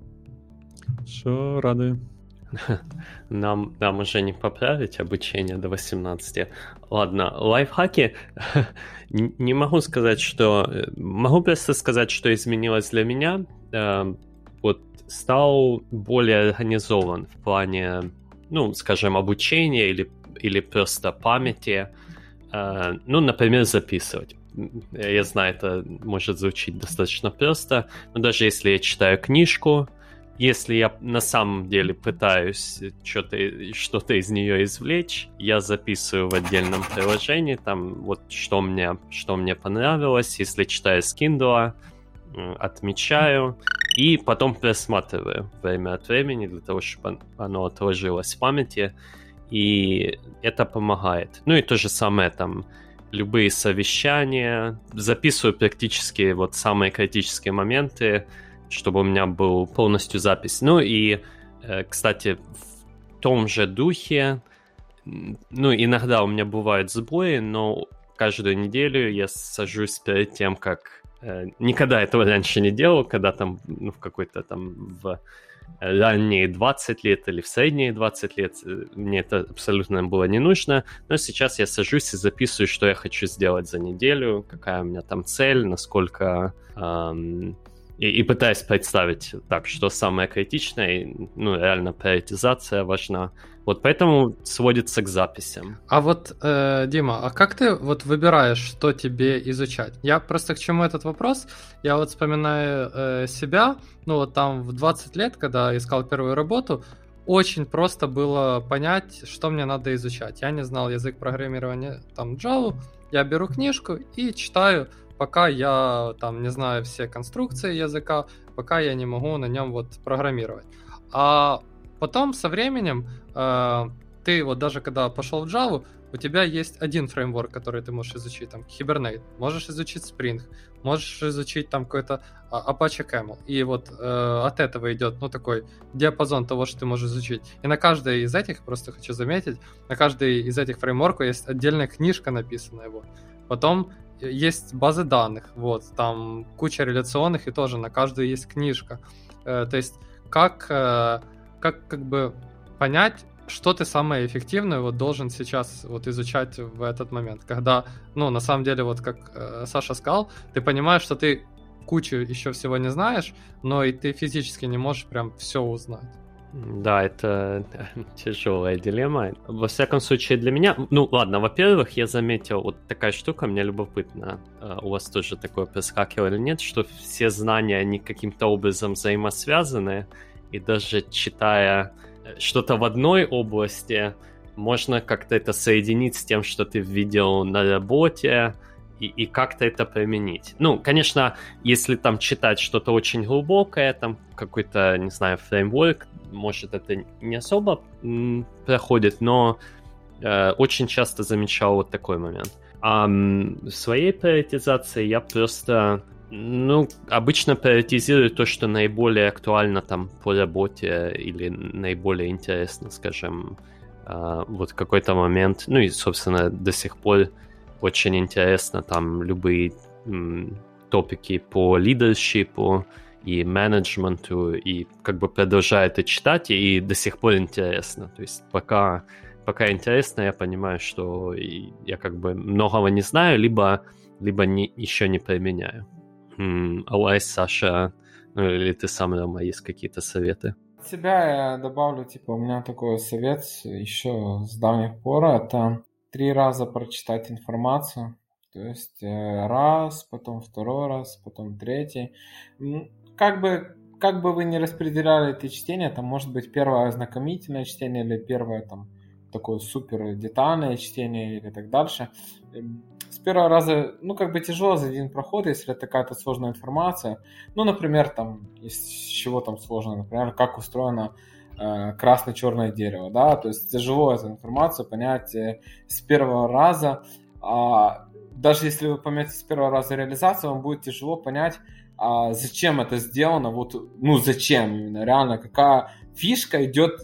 Що радує. Нам уже не поправить обучение до 18. Ладно, лайфхаки. Не могу сказать, что... Могу просто сказать, что изменилось для меня. Стал более организован в плане, скажем, обучения или просто памяти. Например, записывать. Я знаю, это может звучить достаточно просто, но даже если я читаю книжку, если я на самом деле пытаюсь что-то из нее извлечь, я записываю в отдельном приложении, там что мне понравилось, если читаю с Kindle, отмечаю и потом просматриваю время от времени для того, чтобы оно отложилось в памяти, и это помогает. И то же самое там, любые совещания, записываю практически самые критические моменты, чтобы у меня был полностью запись. И, кстати, в том же духе, иногда у меня бывают сбои, но каждую неделю я сажусь перед тем, как... Никогда этого раньше не делал, когда там, в какой-то там в ранние 20 лет или в средние 20 лет мне это абсолютно было не нужно, но сейчас я сажусь и записываю, что я хочу сделать за неделю, какая у меня там цель, насколько... И пытаюсь представить так, что самое критичное, реально приоритизация важна. Поэтому сводится к записям. А Дима, а как ты выбираешь, что тебе изучать? Я просто к чему этот вопрос? Я вспоминаю себя, там в 20 лет, когда искал первую работу, очень просто было понять, что мне надо изучать. Я не знал язык программирования, там Java, я беру книжку и читаю, пока я там не знаю все конструкции языка, пока я не могу на нем программировать. А потом со временем ты даже когда пошел в Java, у тебя есть один фреймворк, который ты можешь изучить, там, Hibernate, можешь изучить Spring, можешь изучить там какой-то Apache Camel, и вот от этого идет, ну, такой диапазон того, что ты можешь изучить. И на каждой из этих, просто хочу заметить, на каждой из этих фреймворков есть отдельная книжка написана его. Потом есть базы данных, вот, там куча реляционных, и тоже на каждую есть книжка. То есть как бы понять, что ты самое эффективное вот должен сейчас вот изучать в этот момент, когда, ну, на самом деле, вот как Саша сказал, ты понимаешь, что ты кучу еще всего не знаешь, но и ты физически не можешь прям все узнать. Да, это тяжелая дилемма. Во всяком случае, для меня... Ну, ладно, во-первых, я заметил, вот такая штука, мне любопытно, у вас тоже такое проскакивало или нет, что все знания, они каким-то образом взаимосвязаны, и даже читая что-то в одной области, можно как-то это соединить с тем, что ты видел на работе, и как-то это применить. Ну, конечно, если там читать что-то очень глубокое, там какой-то, не знаю, фреймворк, может, это не особо проходит, но очень часто замечал вот такой момент. А в своей приоритизации я просто... Ну, обычно приоритизирую то, что наиболее актуально там по работе или наиболее интересно, скажем, вот какой-то момент. Ну и, собственно, до сих пор очень интересно там любые топики по лидершипу и менеджменту, и как бы продолжаю это читать, и до сих пор интересно. То есть пока интересно, я понимаю, что я как бы многого не знаю, либо еще не применяю. Алайс, Саша, ну или ты сам, Рома, есть какие-то советы? От себя я добавлю, типа, у меня такой совет еще с давних пор, это 3 раза прочитать информацию, то есть раз, потом 2 раз, потом 3. Как бы вы ни распределяли эти чтения, там может быть первое ознакомительное чтение или первое там такое супер детальное чтение или так дальше. С первого раза, ну, как бы тяжело за один проход, если это какая-то сложная информация. Ну, например, там, из чего там сложно, например, как устроено красно-черное дерево, да, то есть тяжело эту информацию понять с первого раза. Даже если вы поймете с первого раза реализацию, вам будет тяжело понять, зачем это сделано, вот, ну, зачем именно, реально, какая фишка идет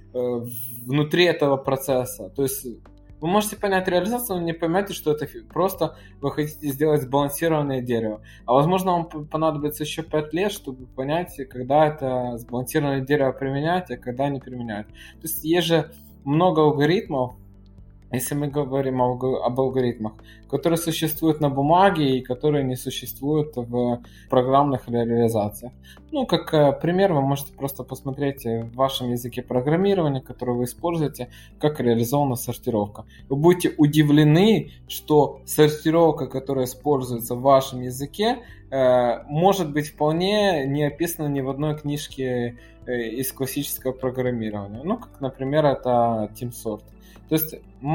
внутри этого процесса. То есть вы можете понять реализацию, но не поймете, что это просто вы хотите сделать сбалансированное дерево. А возможно, вам понадобится еще 5 лет, чтобы понять, когда это сбалансированное дерево применять, а когда не применять. То есть есть же много алгоритмов, если мы говорим об алгоритмах, которые существуют на бумаге и которые не существуют в программных реализациях. Ну, как пример, вы можете просто посмотреть в вашем языке программирования, который вы используете, как реализована сортировка. Вы будете удивлены, что сортировка, которая используется в вашем языке, может быть вполне не описана ни в одной книжке из классического программирования. Ну, как, например, это TeamSort. То есть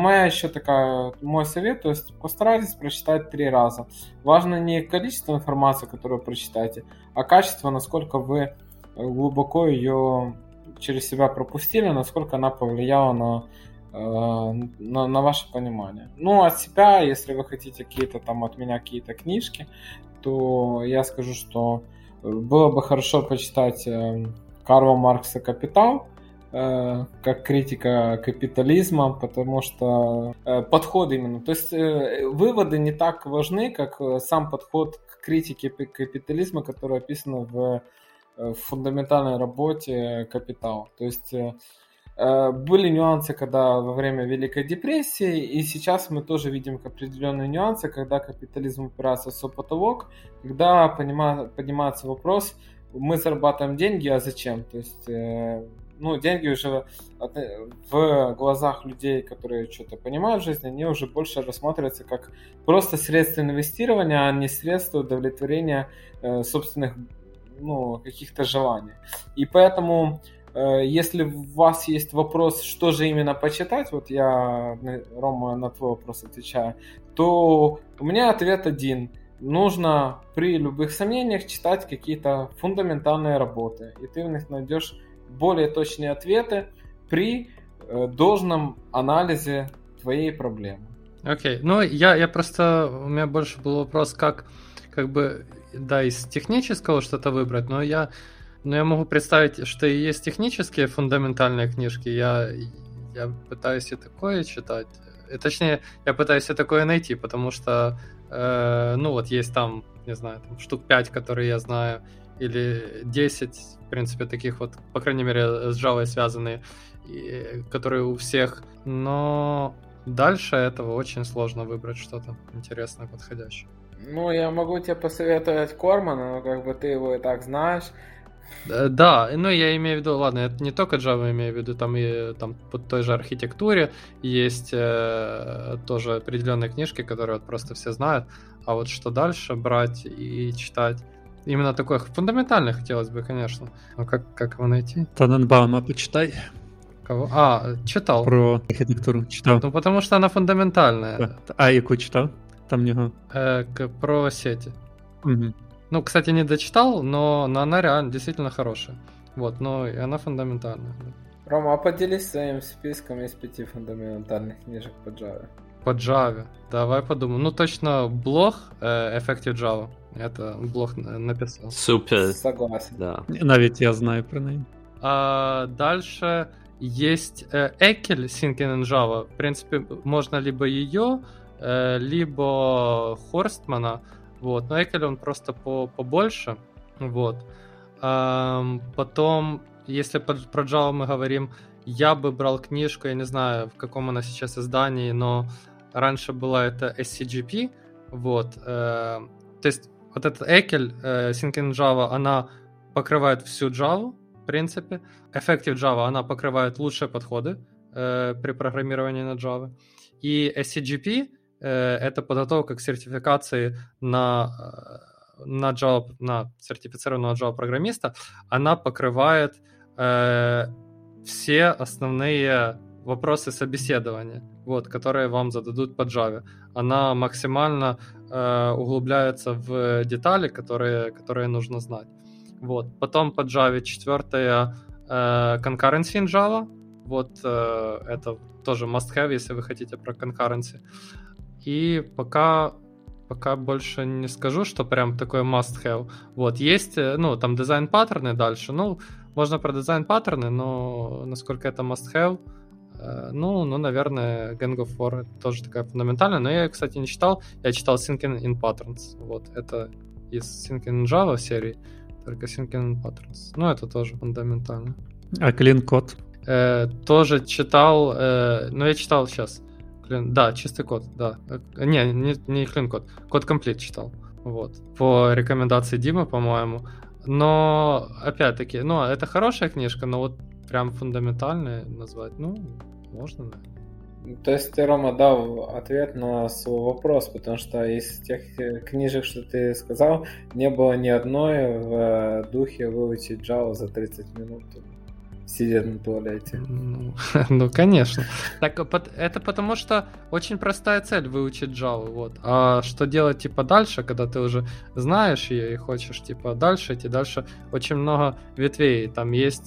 мой совет, то есть постарайтесь прочитать 3 раза. Важно не количество информации, которую вы прочитаете, а качество, насколько вы глубоко ее через себя пропустили, насколько она повлияла на ваше понимание. Ну, от себя, если вы хотите какие-то там от меня какие-то книжки, то я скажу, что было бы хорошо почитать Карла Маркса «Капитал», как критика капитализма, потому что подход именно, то есть выводы не так важны, как сам подход к критике капитализма, который описан в фундаментальной работе «Капитал». То есть были нюансы, когда во время Великой депрессии, и сейчас мы тоже видим определенные нюансы, когда капитализм упирается в свой потолок, когда поднимается вопрос, мы зарабатываем деньги, а зачем? То есть ну, деньги уже в глазах людей, которые что-то понимают в жизни, они уже больше рассматриваются как просто средства инвестирования, а не средства удовлетворения собственных, ну, каких-то желаний. И поэтому, если у вас есть вопрос, что же именно почитать, вот я, Рома, на твой вопрос отвечаю, то у меня ответ один. Нужно при любых сомнениях читать какие-то фундаментальные работы, и ты в них найдешь более точные ответы при должном анализе твои проблемы. Окей, ну я просто, у меня больше был вопрос, как бы, да, из технического что-то выбрать, но я могу представить, что и есть технические фундаментальные книжки, я пытаюсь и такое читать, точнее, я пытаюсь и такое найти, потому что, ну вот есть там, не знаю, там штук 5, которые я знаю, или 10, в принципе, таких вот, по крайней мере, с Java связанные, которые у всех, но дальше этого очень сложно выбрать что-то интересное, подходящее. Ну, я могу тебе посоветовать Кормана, но как бы ты его и так знаешь. Да, ну я имею в виду, ладно, это не только Java, имею в виду, там и там по той же архитектуре есть тоже определенные книжки, которые вот просто все знают, а вот что дальше брать и читать, именно такое фундаментальное хотелось бы, конечно. Но как его найти? Таненбаума почитай. Кого? Читал. Про архітектуру читав. Ну, потому что она фундаментальная. А яку читав? Там в нього. Про сети. Угу. Ну, кстати, не дочитал, но она реально действительно хорошая. Вот, но и она фундаментальная. Рома, а поделись своим списком из 5 фундаментальных книжек по Java. По Java. Давай подумаем. Ну, точно, блог Effective Java. Это блог написал. Супер. Согласен. Да. Навіть я знаю про неї. Дальше есть Ekel Thinking in Java. В принципе, можно либо ее, либо Хорстмана. Вот. Но Ekel он просто побольше. Вот. Потом, если про Java мы говорим, я бы брал книжку, я не знаю, в каком она сейчас издании, но раньше была это SCGP. Вот. То есть вот этот Ekel Thinking in Java, она покрывает всю Java, в принципе. Effective Java, она покрывает лучшие подходы при программировании на Java. И SCGP это подготовка к сертификации на Java, на сертифицированного Java программиста. Она покрывает все основные вопросы собеседования, вот, которые вам зададут по Java. Она максимально углубляется в детали, которые нужно знать. Вот. Потом по Java 4 concurrency in Java. Вот это тоже must-have, если вы хотите про concurrency. И пока больше не скажу, что прям такое must-have. Вот, есть, ну, там дизайн-паттерны дальше. Ну, можно про дизайн-паттерны, но насколько это must-have, ну, наверное, Gang of War тоже такая фундаментальная. Но я, кстати, не читал. Я читал Thinking in Patterns. Вот, это из Thinking in Java серии. Только Thinking in Patterns. Ну, это тоже фундаментально. А Clean Code? Тоже читал, но я читал сейчас. Да, чистый код, да. Не Clean Code. Code Complete читал. Вот. По рекомендации Димы, по-моему. Но, опять-таки, ну, это хорошая книжка, но вот прям фундаментальная назвать, ну, можно, наверное. То есть ты, Рома, дал ответ на свой вопрос, потому что из тех книжек, что ты сказал, не было ни одной в духе выучить Java за 30 минут, сидя на туалете. Ну, конечно. Так, это потому что очень простая цель выучить Java, вот. А что делать, типа, дальше, когда ты уже знаешь ее и хочешь, типа, дальше идти, дальше очень много ветвей. Там есть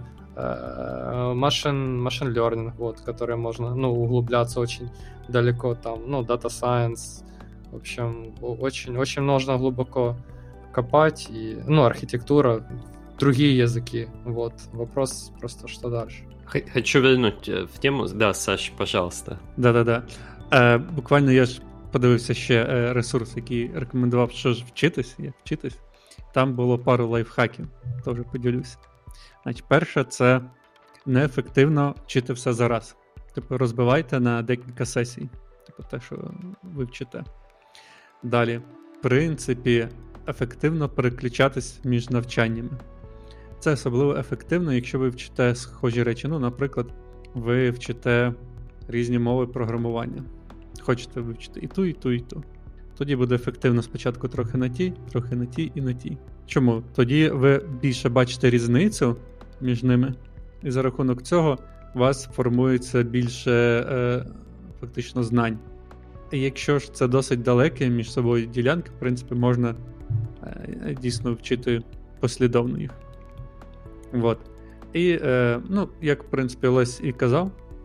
machine learning, вот, которые можно, ну, углубляться очень далеко, там, ну, data science, в общем, очень нужно глубоко копать, и, ну, архитектура, другие языки, вот, вопрос просто, что дальше. Хочу вернуть в тему, да, Саш, пожалуйста. Да. Буквально я ж подивився ще ресурс, який рекомендував, що ж вчитись, як вчитись. Там було пару лайфхаків, теж поділюся. Значить, перше, це неефективно вчити все зараз. Типу, розбивайте на декілька сесій. Типу, те, що ви вчите. Далі, в принципі, ефективно переключатись між навчаннями. Це особливо ефективно, якщо ви вчите схожі речі. Ну, наприклад, ви вчите різні мови програмування. Хочете вивчити і ту, і ту, і ту. Тоді буде ефективно спочатку трохи на тій, і на тій. Чому? Тоді ви більше бачите різницю між ними, і за рахунок цього у вас формується більше фактично знань. І якщо ж це досить далекі між собою ділянки, в принципі, можна дійсно вчити послідовно їх. Вот. І, ну, як, в принципі, Лесь і казав,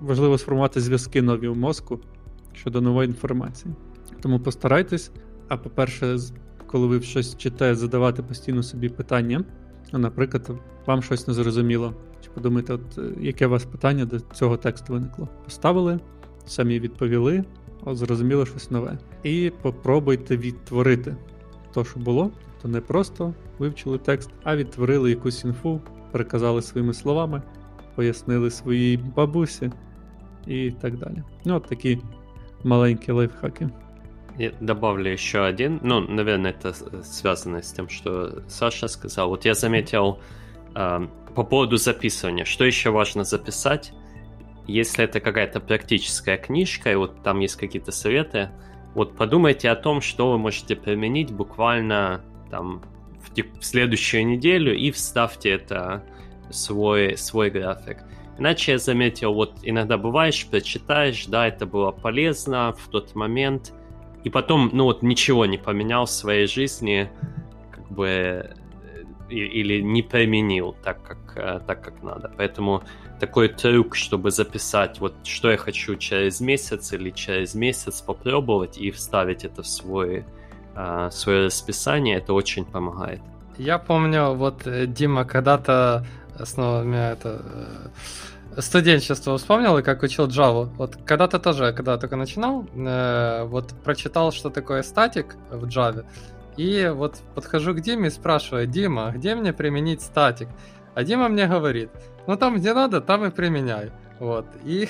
важливо сформувати зв'язки нові в мозку щодо нової інформації. Тому постарайтесь, а по-перше, коли ви щось читаєте, задавати постійно собі питання. Наприклад, вам щось не зрозуміло. Чи подумайте, яке у вас питання до цього тексту виникло. Поставили, самі відповіли, зрозуміло щось нове. І попробуйте відтворити те, що було. То не просто вивчили текст, а відтворили якусь інфу, переказали своїми словами, пояснили своїй бабусі і так далі. От такі маленькі лайфхаки. Я добавлю еще один, наверное, это связано с тем, что Саша сказал. Вот я заметил по поводу записывания, что еще важно записать, если это какая-то практическая книжка, и вот там есть какие-то советы, вот подумайте о том, что вы можете применить буквально там в следующую неделю и вставьте это в свой график. Иначе я заметил, вот иногда бываешь, прочитаешь, да, это было полезно в тот момент, и потом, ничего не поменял в своей жизни, как бы, или не применил так, как надо. Поэтому такой трюк, чтобы записать, вот, что я хочу через месяц или через месяц попробовать и вставить это в свое расписание, это очень помогает. Я помню, вот, Дима, когда-то, снова меня студенчество вспомнил, и как учил Java. Вот когда-то тоже, когда только начинал, вот прочитал, что такое статик в Java, и вот подхожу к Диме и спрашиваю: Дима, где мне применить статик? А Дима мне говорит: там, где надо, там и применяй. Вот. И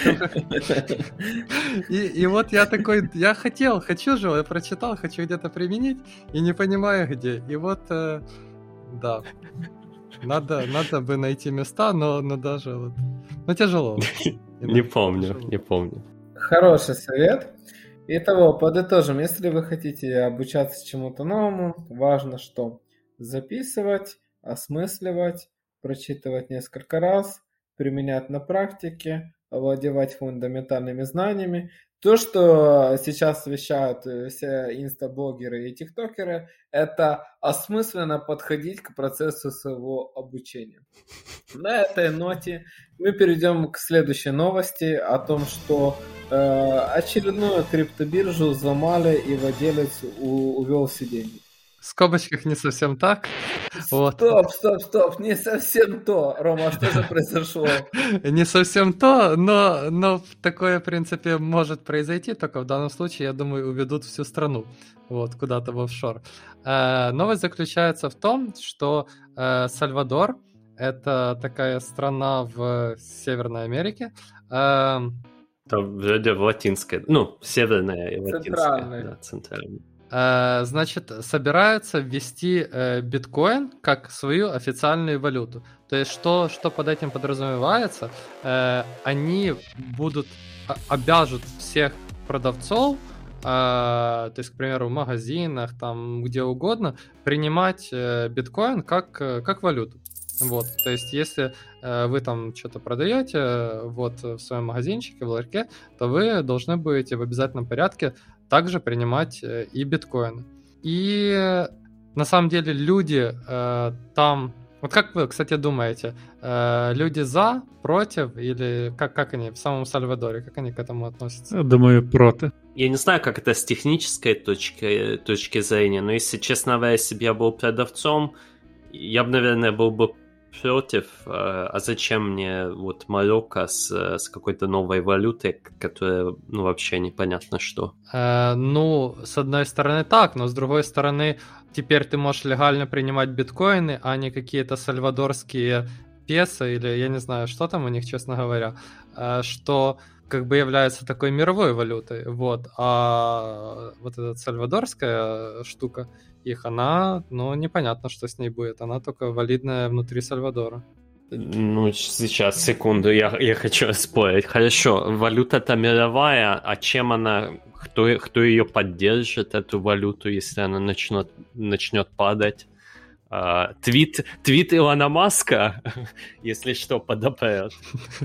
вот я такой, хочу же, я прочитал, хочу где-то применить, и не понимаю где. И вот, да. Надо бы найти места, но даже вот... тяжело. Не помню. Хороший совет. Итого, подытожим. Если вы хотите обучаться чему-то новому, важно что? Записывать, осмысливать, прочитывать несколько раз, применять на практике, овладевать фундаментальными знаниями. То, что сейчас вещают все инстаблогеры и тиктокеры, это осмысленно подходить к процессу своего обучения. На этой ноте мы перейдем к следующей новости о том, что очередную криптобиржу взломали и владелец увел все деньги. В скобочках не совсем так. Вот. Стоп, не совсем то. Рома, что же произошло? Не совсем то, но такое, в принципе, может произойти, только в данном случае, я думаю, уведут всю страну вот, куда-то в офшор. Новость заключается в том, что Сальвадор — это такая страна в Северной Америке. Там вроде в латинской, северная и латинская. Да, центральная. Значит, собираются ввести биткоин как свою официальную валюту. То есть, что под этим подразумевается? Они обяжут всех продавцов, то есть, к примеру, в магазинах, там, где угодно, принимать биткоин как валюту. Вот, то есть, если вы там что-то продаете вот в своем магазинчике, в ларьке, то вы должны будете в обязательном порядке также принимать и биткоины. И на самом деле люди там... Вот как вы, кстати, думаете, люди за, против, или как они в самом Сальвадоре, как они к этому относятся? Я думаю, против. Я не знаю, как это с технической точки зрения, но если, честно говоря, если бы я был продавцом, я бы, наверное, был бы против. А зачем мне вот Марокко с какой-то новой валютой, которая, вообще непонятно что? С одной стороны так, но с другой стороны, теперь ты можешь легально принимать биткоины, а не какие-то сальвадорские песо, или я не знаю, что там у них, честно говоря, что как бы является такой мировой валютой, вот, а вот эта сальвадорская штука их, она, непонятно, что с ней будет, она только валидная внутри Сальвадора. Сейчас, секунду, я хочу спорить. Хорошо, валюта-то мировая, а чем она, кто ее поддержит, эту валюту, если она начнет падать? Твит Илона Маска, если что, подопрет.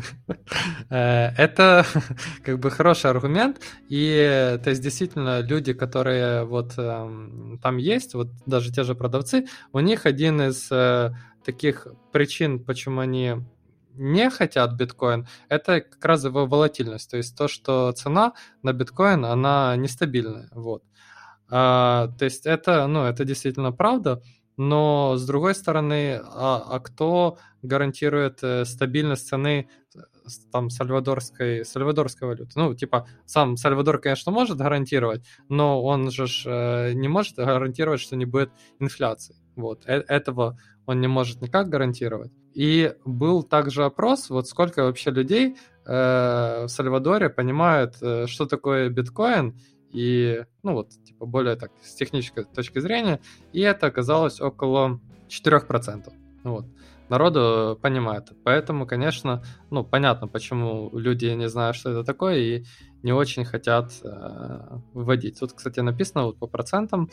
Это как бы хороший аргумент, и то есть действительно люди, которые вот там есть, вот даже те же продавцы, у них один из таких причин, почему они не хотят биткоин, это как раз его волатильность, то есть то, что цена на биткоин, она нестабильная, вот. То есть это действительно правда, но с другой стороны, кто гарантирует стабильность цены там сальвадорской валюты? Ну, типа, сам Сальвадор, конечно, может гарантировать, но он же не может гарантировать, что не будет инфляции. Вот, этого он не может никак гарантировать. И был также опрос, вот сколько вообще людей в Сальвадоре понимают, что такое биткоин, и, типа, более так, с технической точки зрения, и это оказалось около 4%. Вот. Народу понимает. Поэтому, конечно, понятно, почему люди не знают, что это такое, и не очень хотят вводить. Тут, кстати, написано вот по процентам,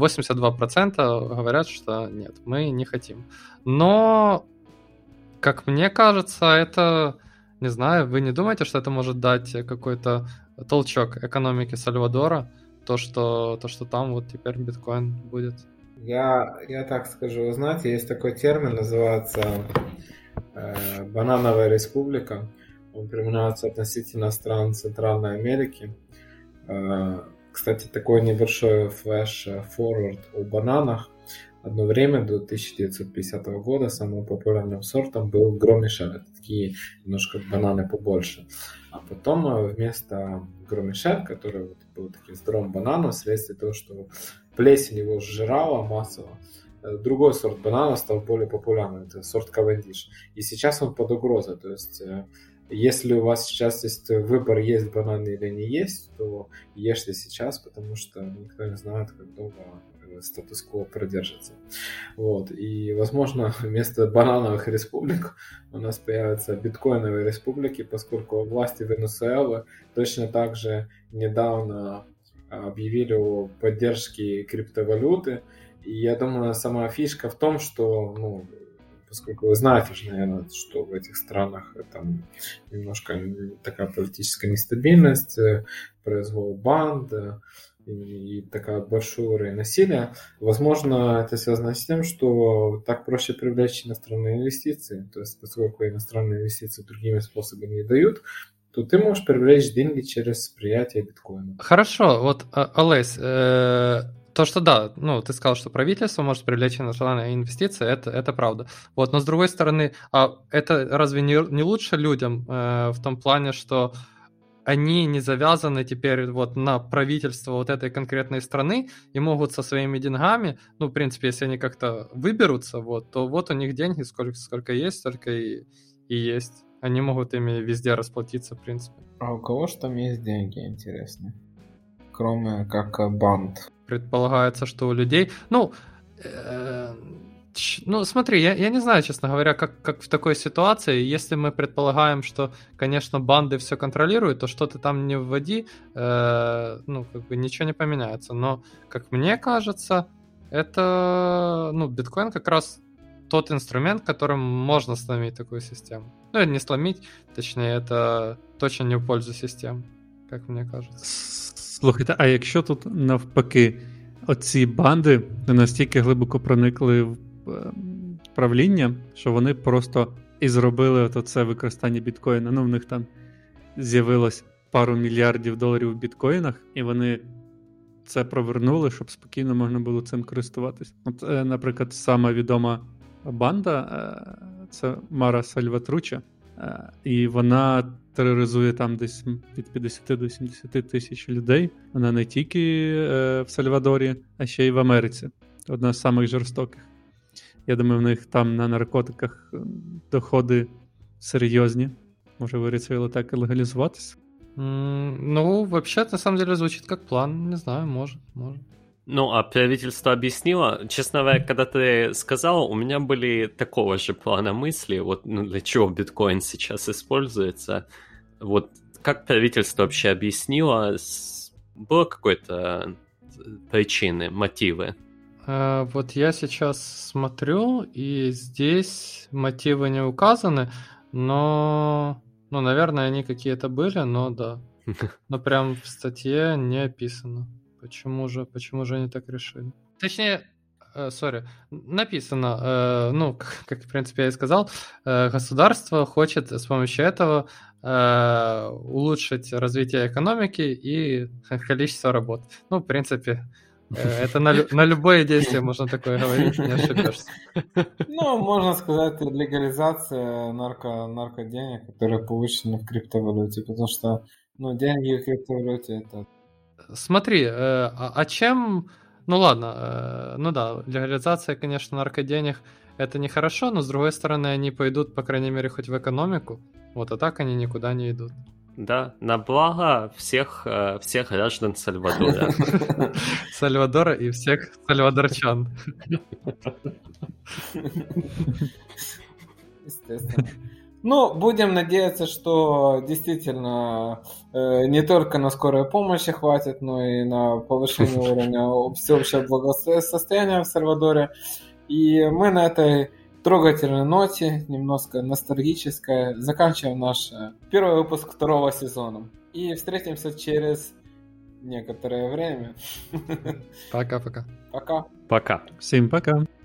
82% говорят, что нет, мы не хотим. Но, как мне кажется, это, не знаю, вы не думаете, что это может дать какой-то толчок экономики Сальвадора, то, что там вот теперь биткоин будет? Я так скажу, вы знаете, есть такой термин, называется банановая республика. Он применяется относительно стран Центральной Америки. Кстати, такой небольшой флэш-форвард о бананах. Одно время, до 1950 года, самым популярным сортом был Гро-Мишель. Это такие немножко бананы побольше. А потом вместо Гро-Мишель, который вот был таким здоровым бананом, вследствие того, что плесень его сжирала массово, другой сорт банана стал более популярным. Это сорт Кавендиш. И сейчас он под угрозой. То есть, если у вас сейчас есть выбор, есть бананы или не есть, то ешьте сейчас, потому что никто не знает, как долго статус-кво продержится. Вот. И, возможно, вместо банановых республик у нас появятся биткоиновые республики, поскольку власти Венесуэлы точно так же недавно объявили о поддержке криптовалюты. И я думаю, сама фишка в том, что, поскольку вы знаете же, наверное, что в этих странах там немножко такая политическая нестабильность, произвол банд и такая большой уровень насилия, возможно, это связано с тем, что так проще привлечь иностранные инвестиции. То есть, поскольку иностранные инвестиции другими способами не дают, то ты можешь привлечь деньги через приятие биткоина. Хорошо, вот, Олесь, то, что да, ты сказал, что правительство может привлечь иностранные инвестиции, это правда. Вот, но с другой стороны, это разве не лучше людям в том плане, что они не завязаны теперь вот на правительство вот этой конкретной страны и могут со своими деньгами, в принципе, если они как-то выберутся, то вот у них деньги сколько есть, столько и есть. Они могут ими везде расплатиться, в принципе. А у кого же там есть деньги, интересно? Кроме как банд. Предполагается, что у людей... смотри, я не знаю, честно говоря, как в такой ситуации. Если мы предполагаем, что, конечно, банды все контролируют, то что ты там не вводи, ничего не поменяется. Но, как мне кажется, это, биткоин как раз тот инструмент, которым можно сломить такую систему. Не сломить, точнее, это точно не в пользу систем, як мені кажеться. Слухайте, а якщо тут навпаки оці банди настільки глибоко проникли в правління, що вони просто і зробили це використання біткоїна. В них там з'явилось пару мільярдів доларів в біткоїнах, і вони це провернули, щоб спокійно можна було цим користуватись. Наприклад, сама відома банда – це Мара Сальватруча, і вона тероризує там десь від 50 до 70 тисяч людей. Вона не тільки в Сальвадорі, а ще й в Америці. Одна з самих жорстоких. Я думаю, в них там на наркотиках доходи серйозні. Може, вирішили так легалізуватися? Вообще, на самом деле, звучит как план. Не знаю, может. А правительство объяснило? Честно говоря, когда ты сказал, у меня были такого же плана мысли, вот для чего биткоин сейчас используется. Вот как правительство вообще объяснило? Было какой-то причины, мотивы? Вот я сейчас смотрю, и здесь мотивы не указаны, но, наверное, они какие-то были, но да. Но прям в статье не описано. Почему же они так решили? Точнее, написано, ну, как, в принципе, я и сказал, государство хочет с помощью этого улучшить развитие экономики и количество работ. Ну, в принципе, это на любое действие можно такое говорить, не ошибешься. Ну, можно сказать, легализация наркоденег, которые получены в криптовалюте, потому что, ну, деньги в криптовалюте это... Смотри, а чем... Ну ладно, ну да, легализация, конечно, наркоденег это нехорошо, но с другой стороны они пойдут, по крайней мере, хоть в экономику. Вот, а так они никуда не идут. Да, на благо всех граждан Сальвадора. Сальвадора и всех сальвадорчан. Естественно. Ну, будем надеяться, что действительно не только на скорой помощи хватит, но и на повышение уровня всеобщего благосостояния в Сальвадоре. И мы на этой трогательной ноте, немножко ностальгической, заканчиваем наш первый выпуск второго сезона. И встретимся через некоторое время. Пока-пока. Пока. Пока. Всім пока.